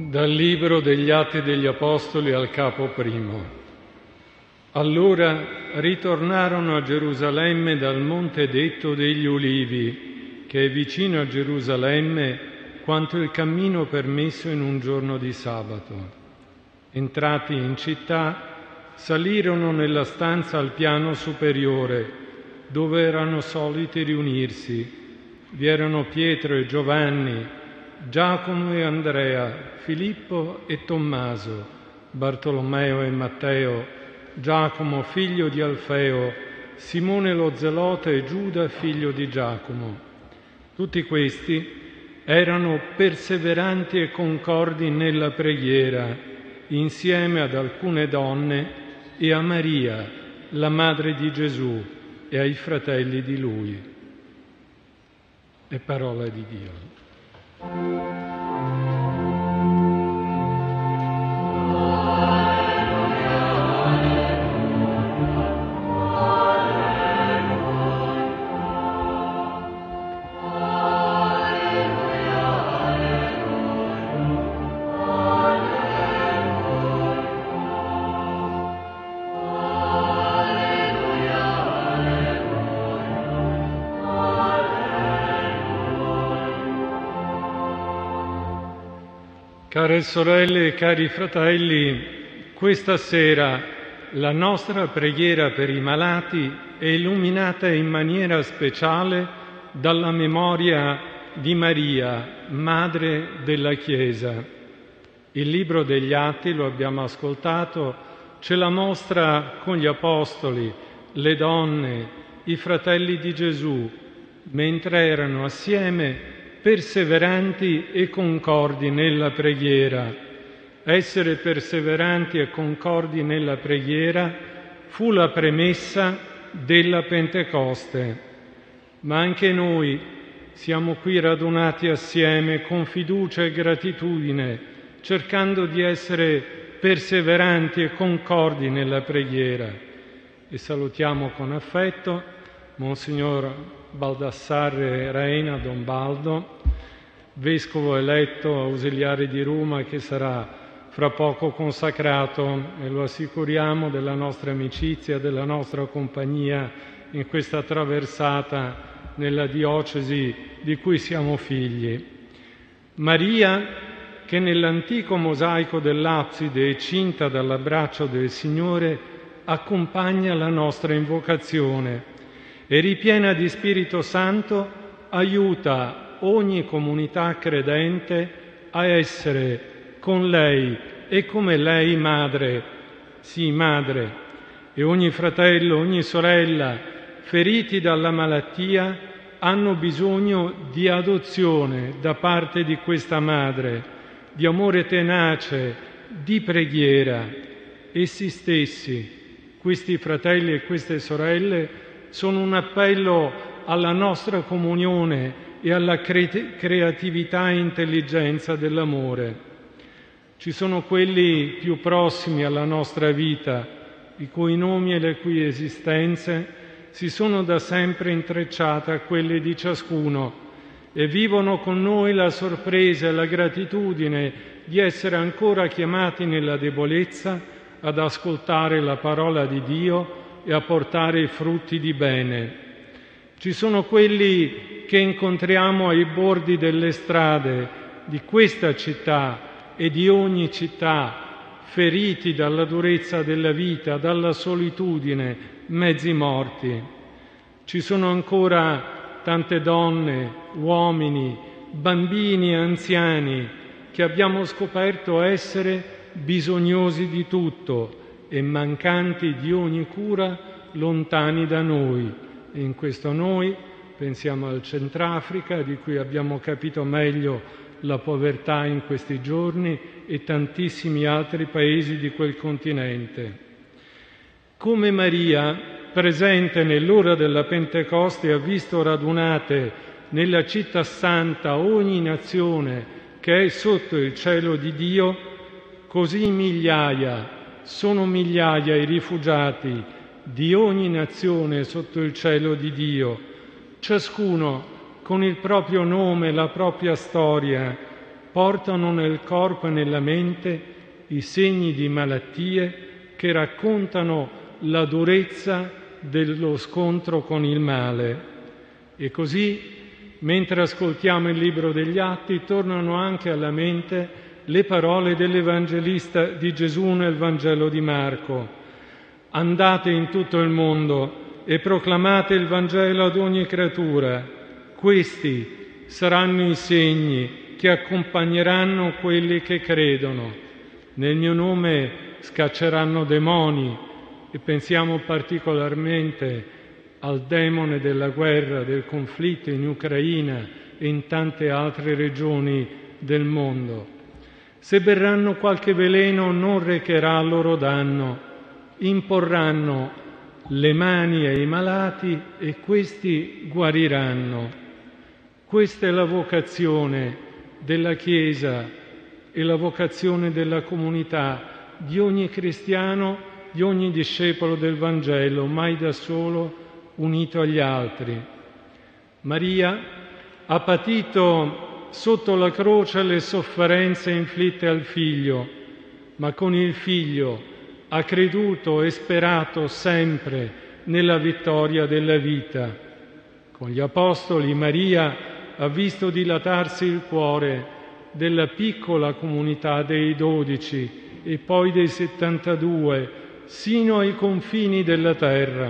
Dal Libro degli Atti degli Apostoli al capo primo. Allora ritornarono a Gerusalemme dal monte detto degli Ulivi, che è vicino a Gerusalemme quanto il cammino permesso in un giorno di sabato. Entrati in città, salirono nella stanza al piano superiore, dove erano soliti riunirsi. Vi erano Pietro e Giovanni, Giacomo e Andrea, Filippo e Tommaso, Bartolomeo e Matteo, Giacomo figlio di Alfeo, Simone lo Zelota e Giuda figlio di Giacomo. Tutti questi erano perseveranti e concordi nella preghiera, insieme ad alcune donne e a Maria, la madre di Gesù, e ai fratelli di lui. È parola di Dio. Care sorelle e cari fratelli, questa sera la nostra preghiera per i malati è illuminata in maniera speciale dalla memoria di Maria, Madre della Chiesa. Il Libro degli Atti, lo abbiamo ascoltato, ce la mostra con gli Apostoli, le donne, i fratelli di Gesù, mentre erano assieme perseveranti e concordi nella preghiera. Essere perseveranti e concordi nella preghiera fu la premessa della Pentecoste. Ma anche noi siamo qui radunati assieme con fiducia e gratitudine, cercando di essere perseveranti e concordi nella preghiera. E salutiamo con affetto Monsignor Baldassarre Reina Don Baldo, vescovo eletto ausiliare di Roma, che sarà fra poco consacrato, e lo assicuriamo della nostra amicizia, della nostra compagnia in questa traversata nella diocesi di cui siamo figli. Maria, che nell'antico mosaico dell'abside è cinta dall'abbraccio del Signore, accompagna la nostra invocazione e, ripiena di Spirito Santo, aiuta ogni comunità credente a essere con lei e come lei madre, sì madre, e ogni fratello, ogni sorella feriti dalla malattia hanno bisogno di adozione da parte di questa madre, di amore tenace, di preghiera. Essi stessi, questi fratelli e queste sorelle, sono un appello alla nostra comunione e alla creatività e intelligenza dell'amore. Ci sono quelli più prossimi alla nostra vita, i cui nomi e le cui esistenze si sono da sempre intrecciate a quelle di ciascuno e vivono con noi la sorpresa e la gratitudine di essere ancora chiamati nella debolezza ad ascoltare la parola di Dio e a portare i frutti di bene. Ci sono quelli che incontriamo ai bordi delle strade di questa città e di ogni città, feriti dalla durezza della vita, dalla solitudine, mezzi morti. Ci sono ancora tante donne, uomini, bambini e anziani che abbiamo scoperto essere bisognosi di tutto e mancanti di ogni cura, lontani da noi. E in questo noi pensiamo al Centrafrica, di cui abbiamo capito meglio la povertà in questi giorni, e tantissimi altri paesi di quel continente. Come Maria, presente nell'ora della Pentecoste, ha visto radunate nella città santa ogni nazione che è sotto il cielo di Dio, così sono migliaia i rifugiati di ogni nazione sotto il cielo di Dio, ciascuno con il proprio nome, la propria storia, portano nel corpo e nella mente i segni di malattie che raccontano la durezza dello scontro con il male. E così, mentre ascoltiamo il libro degli Atti, tornano anche alla mente le parole dell'Evangelista di Gesù nel Vangelo di Marco: andate in tutto il mondo e proclamate il Vangelo ad ogni creatura. Questi saranno i segni che accompagneranno quelli che credono. Nel mio nome scacceranno demoni, e pensiamo particolarmente al demone della guerra, del conflitto in Ucraina e in tante altre regioni del mondo. Se berranno qualche veleno non recherà loro danno, imporranno le mani ai malati e questi guariranno. Questa è la vocazione della Chiesa e la vocazione della comunità, di ogni cristiano, di ogni discepolo del Vangelo, mai da solo, unito agli altri. Maria ha patito sotto la croce le sofferenze inflitte al Figlio, ma con il Figlio ha creduto e sperato sempre nella vittoria della vita. Con gli Apostoli Maria ha visto dilatarsi il cuore della piccola comunità dei 12 e poi dei 72, sino ai confini della terra.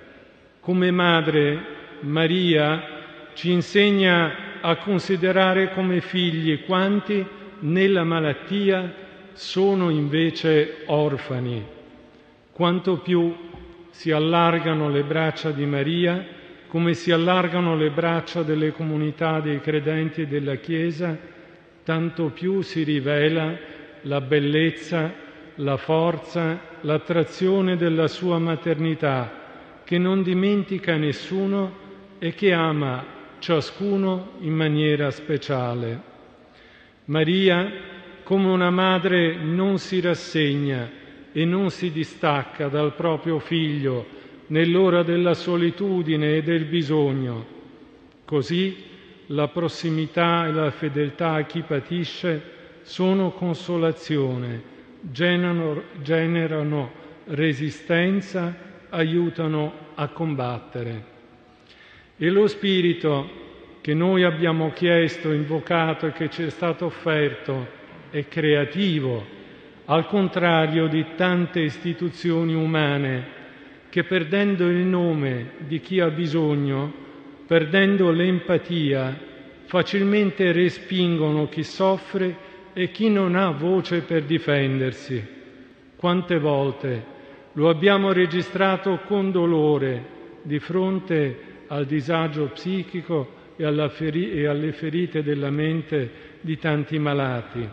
Come madre, Maria ci insegna a considerare come figli quanti nella malattia sono invece orfani. Quanto più si allargano le braccia di Maria, come si allargano le braccia delle comunità dei credenti e della Chiesa, tanto più si rivela la bellezza, la forza, l'attrazione della sua maternità, che non dimentica nessuno e che ama ciascuno in maniera speciale. Maria, come una madre, non si rassegna e non si distacca dal proprio figlio nell'ora della solitudine e del bisogno. Così la prossimità e la fedeltà a chi patisce sono consolazione, generano resistenza, aiutano a combattere. E lo Spirito che noi abbiamo chiesto, invocato e che ci è stato offerto è creativo, al contrario di tante istituzioni umane che, perdendo il nome di chi ha bisogno, perdendo l'empatia, facilmente respingono chi soffre e chi non ha voce per difendersi. Quante volte lo abbiamo registrato con dolore di fronte al disagio psichico e alle ferite della mente di tanti malati.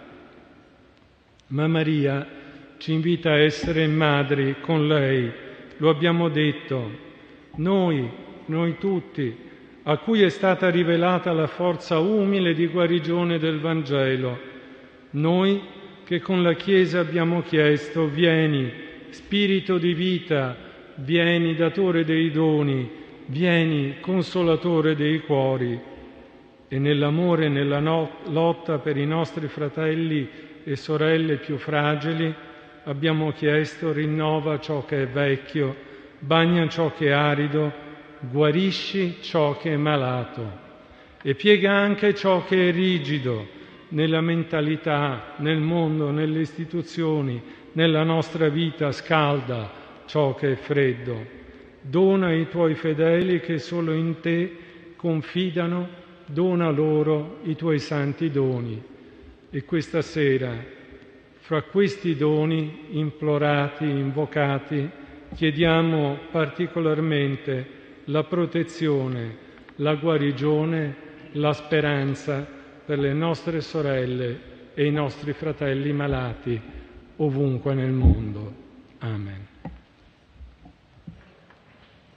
Ma Maria ci invita a essere madri con lei, lo abbiamo detto, noi tutti, a cui è stata rivelata la forza umile di guarigione del Vangelo. Noi che con la Chiesa abbiamo chiesto: vieni, Spirito di vita, vieni, datore dei doni, vieni, consolatore dei cuori. E nell'amore e nella lotta per i nostri fratelli e sorelle più fragili abbiamo chiesto: rinnova ciò che è vecchio, bagna ciò che è arido, guarisci ciò che è malato e piega anche ciò che è rigido nella mentalità, nel mondo, nelle istituzioni, nella nostra vita, scalda ciò che è freddo. Dona ai tuoi fedeli che solo in te confidano, dona loro i tuoi santi doni. E questa sera, fra questi doni implorati, invocati, chiediamo particolarmente la protezione, la guarigione, la speranza per le nostre sorelle e i nostri fratelli malati ovunque nel mondo. Amen.